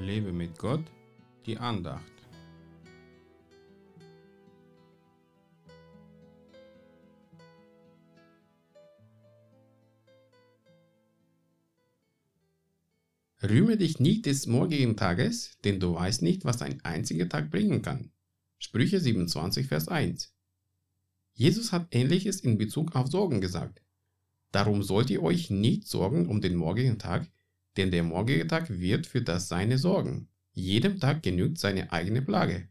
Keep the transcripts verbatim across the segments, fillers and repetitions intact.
Lebe mit Gott, die Andacht. Rühme dich nicht des morgigen Tages, denn du weißt nicht, was ein einziger Tag bringen kann. Sprüche siebenundzwanzig, Vers eins. Jesus hat Ähnliches in Bezug auf Sorgen gesagt. Darum sollt ihr euch nicht sorgen um den morgigen Tag, denn der morgige Tag wird für das Seine sorgen. Jedem Tag genügt seine eigene Plage.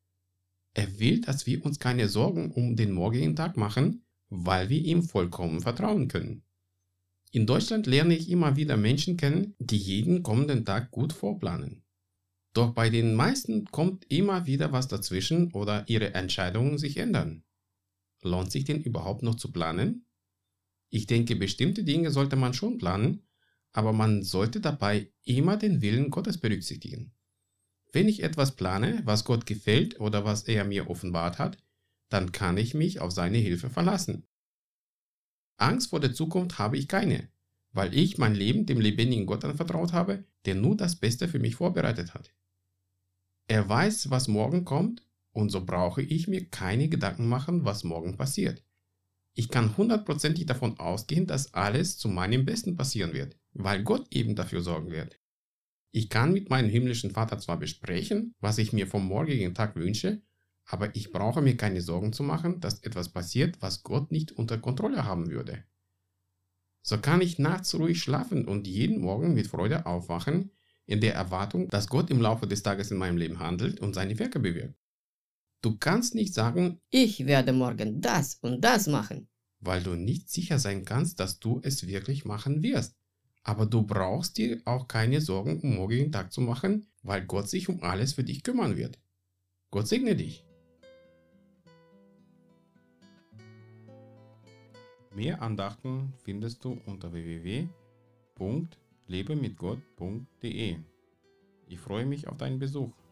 Er will, dass wir uns keine Sorgen um den morgigen Tag machen, weil wir ihm vollkommen vertrauen können. In Deutschland lerne ich immer wieder Menschen kennen, die jeden kommenden Tag gut vorplanen. Doch bei den meisten kommt immer wieder was dazwischen oder ihre Entscheidungen sich ändern. Lohnt sich denn überhaupt noch zu planen? Ich denke, bestimmte Dinge sollte man schon planen, aber man sollte dabei immer den Willen Gottes berücksichtigen. Wenn ich etwas plane, was Gott gefällt oder was er mir offenbart hat, dann kann ich mich auf seine Hilfe verlassen. Angst vor der Zukunft habe ich keine, weil ich mein Leben dem lebendigen Gott anvertraut habe, der nur das Beste für mich vorbereitet hat. Er weiß, was morgen kommt, und so brauche ich mir keine Gedanken machen, was morgen passiert. Ich kann hundertprozentig davon ausgehen, dass alles zu meinem Besten passieren wird, weil Gott eben dafür sorgen wird. Ich kann mit meinem himmlischen Vater zwar besprechen, was ich mir vom morgigen Tag wünsche, aber ich brauche mir keine Sorgen zu machen, dass etwas passiert, was Gott nicht unter Kontrolle haben würde. So kann ich nachts ruhig schlafen und jeden Morgen mit Freude aufwachen, in der Erwartung, dass Gott im Laufe des Tages in meinem Leben handelt und seine Werke bewirkt. Du kannst nicht sagen, ich werde morgen das und das machen, weil du nicht sicher sein kannst, dass du es wirklich machen wirst. Aber du brauchst dir auch keine Sorgen um morgigen Tag zu machen, weil Gott sich um alles für dich kümmern wird. Gott segne dich. Mehr Andachten findest du unter w w w punkt lebe mit gott punkt de. Ich freue mich auf deinen Besuch.